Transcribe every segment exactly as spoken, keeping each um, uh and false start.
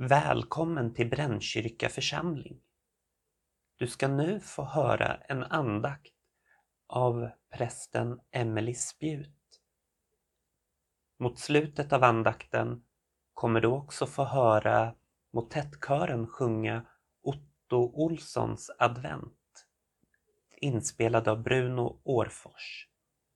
Välkommen till Brännkyrka församling. Du ska nu få höra en andakt av prästen Emelie Spjut. Mot slutet av andakten kommer du också få höra motettkören sjunga Otto Olssons advent, inspelad av Bruno Årfors.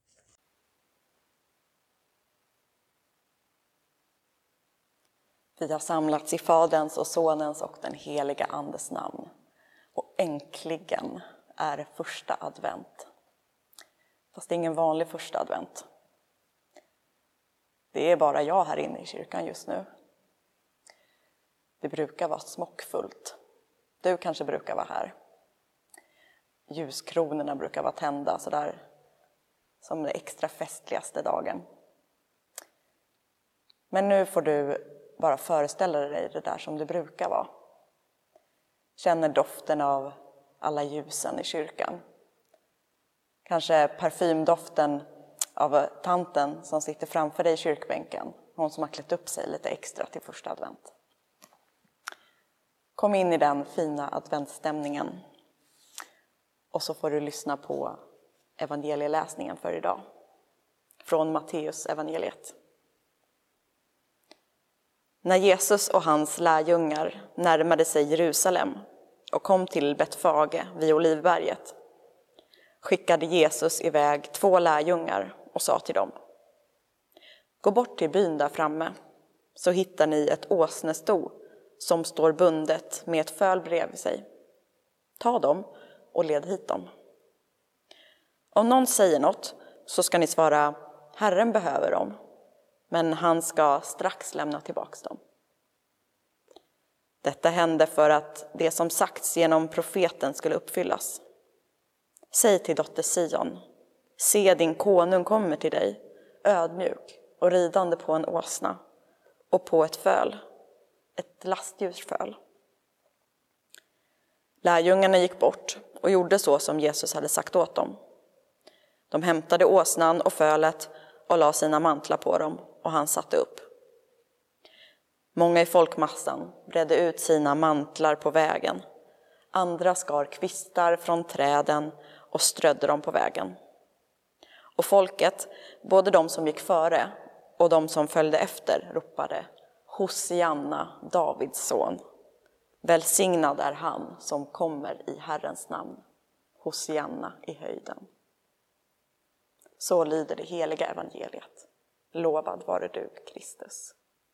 Vi har samlats i Faderns och Sonens och den heliga Andes namn. Och äntligen är det första advent. Fast det är ingen vanlig första advent. Det är bara jag här inne i kyrkan just nu. Det brukar vara smockfullt. Du kanske brukar vara här. Ljuskronorna brukar vara tända sådär som den extra festligaste dagen. Men nu får du bara föreställa dig det där som det brukar vara. Känner doften av alla ljusen i kyrkan. Kanske parfymdoften av tanten som sitter framför dig i kyrkbänken. Hon som har klätt upp sig lite extra till första advent. Kom in i den fina adventsstämningen. Och så får du lyssna på evangelieläsningen för idag. Från Matteus evangeliet. När Jesus och hans lärjungar närmade sig Jerusalem och kom till Betfage vid Olivberget skickade Jesus iväg två lärjungar och sa till dem: Gå bort till byn där framme, så hittar ni ett åsnesto som står bundet med ett föl bredvid sig. Ta dem och led hit dem. Om någon säger något så ska ni svara: Herren behöver dem. Men han ska strax lämna tillbaka dem. Detta hände för att det som sagts genom profeten skulle uppfyllas. Säg till dotter Sion: Se, din konung kommer till dig, ödmjuk och ridande på en åsna och på ett föl, ett lastdjursföl. Lärjungarna gick bort och gjorde så som Jesus hade sagt åt dem. De hämtade åsnan och fölet och la sina mantlar på dem, och han satte upp. Många i folkmassan bredde ut sina mantlar på vägen. Andra skar kvistar från träden och strödde dem på vägen. Och folket, både de som gick före och de som följde efter, ropade: Hosianna, Davids son. Välsignad är han som kommer i Herrens namn. Hosianna i höjden. Så lyder det heliga evangeliet. Lovad vare du, Kristus.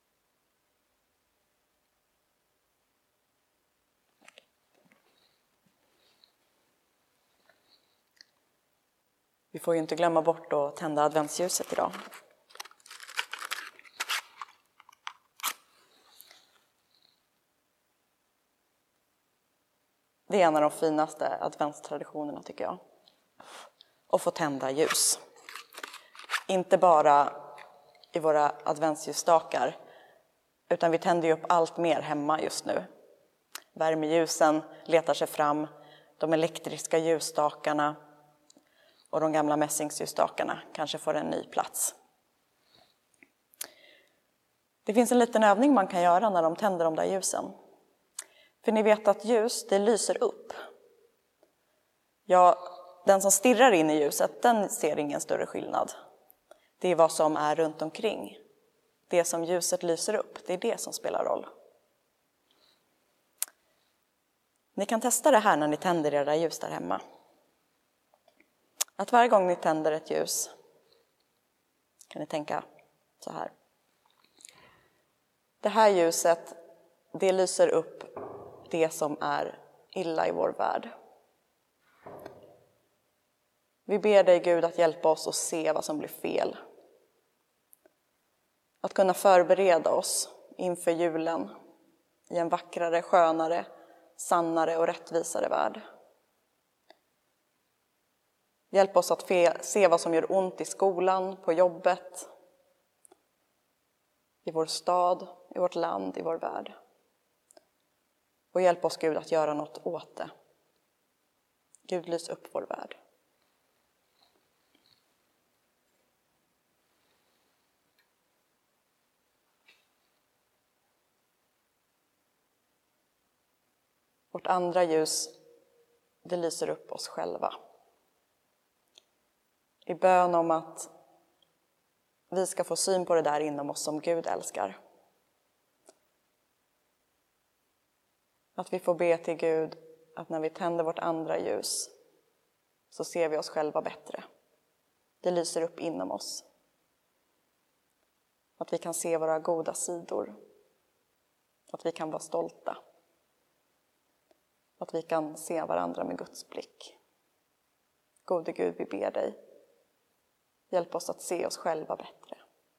Vi får ju inte glömma bort att tända adventsljuset idag. Det är en av de finaste adventstraditionerna, tycker jag. Att få tända ljus. Inte bara i våra adventsljusstakar, utan vi tänder ju upp allt mer hemma just nu. Värmeljusen letar sig fram, de elektriska ljusstakarna och de gamla mässingsljusstakarna kanske får en ny plats. Det finns en liten övning man kan göra när de tänder de där ljusen. För ni vet att ljus, det lyser upp. Ja, den som stirrar in i ljuset, den ser ingen större skillnad. Det är vad som är runt omkring. Det som ljuset lyser upp, det är det som spelar roll. Ni kan testa det här när ni tänder era ljus där hemma. Att varje gång ni tänder ett ljus kan ni tänka så här. Det här ljuset, det lyser upp det som är illa i vår värld. Vi ber dig, Gud, att hjälpa oss att se vad som blir fel. Att kunna förbereda oss inför julen i en vackrare, skönare, sannare och rättvisare värld. Hjälp oss att se vad som gör ont i skolan, på jobbet, i vår stad, i vårt land, i vår värld. Och hjälp oss, Gud, att göra något åt det. Gud, lys upp vår värld. Vårt andra ljus, det lyser upp oss själva. I bön om att vi ska få syn på det där inom oss som Gud älskar. Att vi får be till Gud att när vi tänder vårt andra ljus så ser vi oss själva bättre. Det lyser upp inom oss. Att vi kan se våra goda sidor. Att vi kan vara stolta. Att vi kan se varandra med Guds blick. Gode Gud, vi ber dig. Hjälp oss att se oss själva bättre.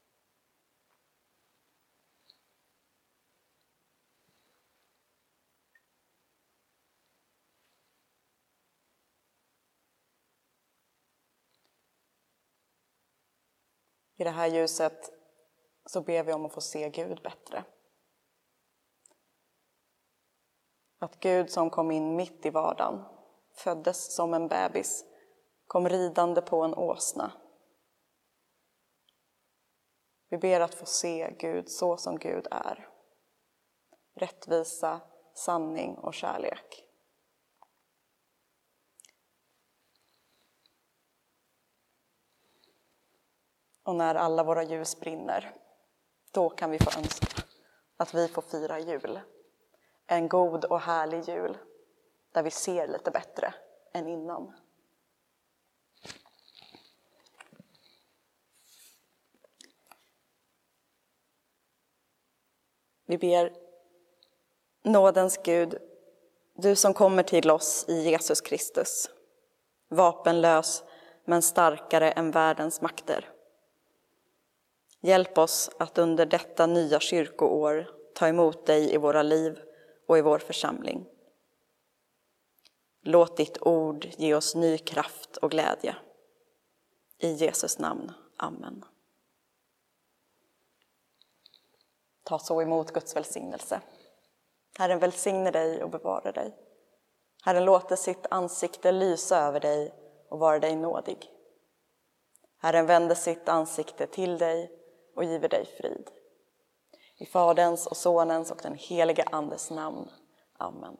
I det här ljuset så ber vi om att få se Gud bättre. Att Gud som kom in mitt i vardagen, föddes som en bebis, kom ridande på en åsna. Vi ber att få se Gud så som Gud är. Rättvisa, sanning och kärlek. Och när alla våra ljus brinner, då kan vi få önska att vi får fira jul. En god och härlig jul där vi ser lite bättre än innan. Vi ber nådens Gud, du som kommer till oss i Jesus Kristus, vapenlös men starkare än världens makter. Hjälp oss att under detta nya kyrkoår ta emot dig i våra liv och i vår församling. Låt ditt ord ge oss ny kraft och glädje. I Jesus namn. Amen. Ta så emot Guds välsignelse. Herren välsigne dig och bevara dig. Herren låter sitt ansikte lysa över dig och vara dig nådig. Herren vänder sitt ansikte till dig och giver dig frid. I Faderns och Sonens och den helige Andes namn. Amen.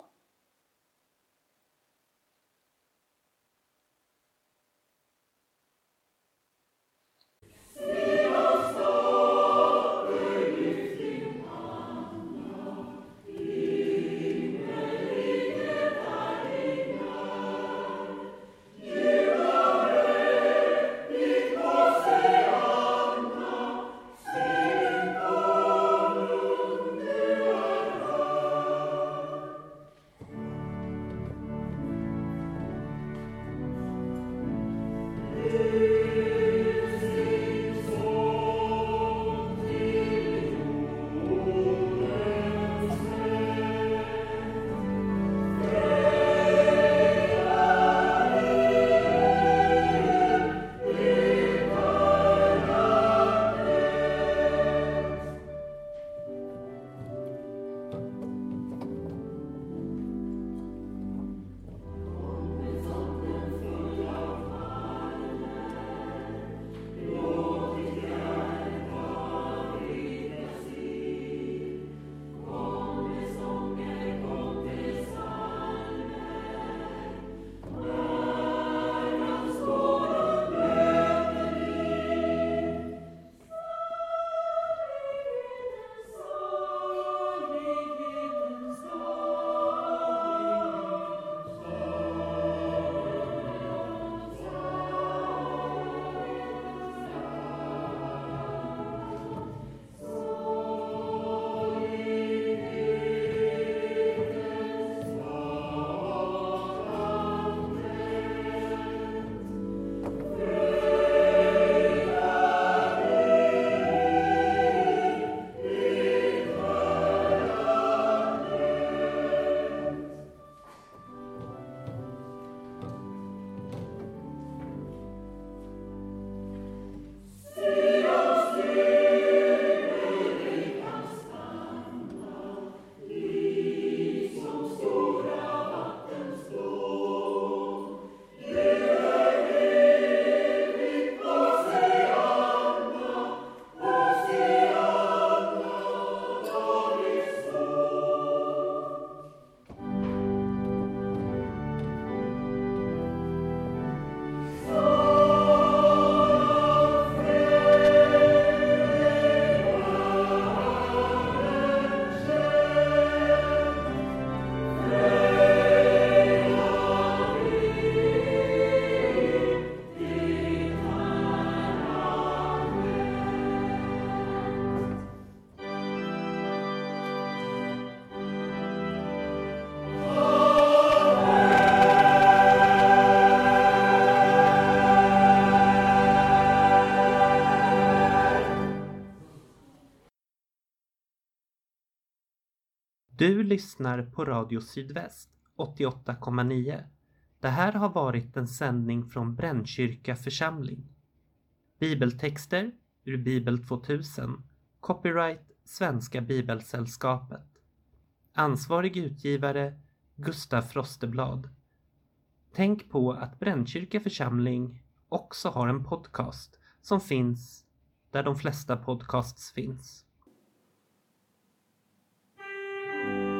Du lyssnar på Radio Sydväst åttioåtta komma nio. Det här har varit en sändning från Brännkyrka församling. Bibeltexter ur Bibel tvåtusen. Copyright Svenska Bibelsällskapet. Ansvarig utgivare Gustaf Frosteblad. Tänk på att Brännkyrka församling också har en podcast som finns där de flesta podcasts finns.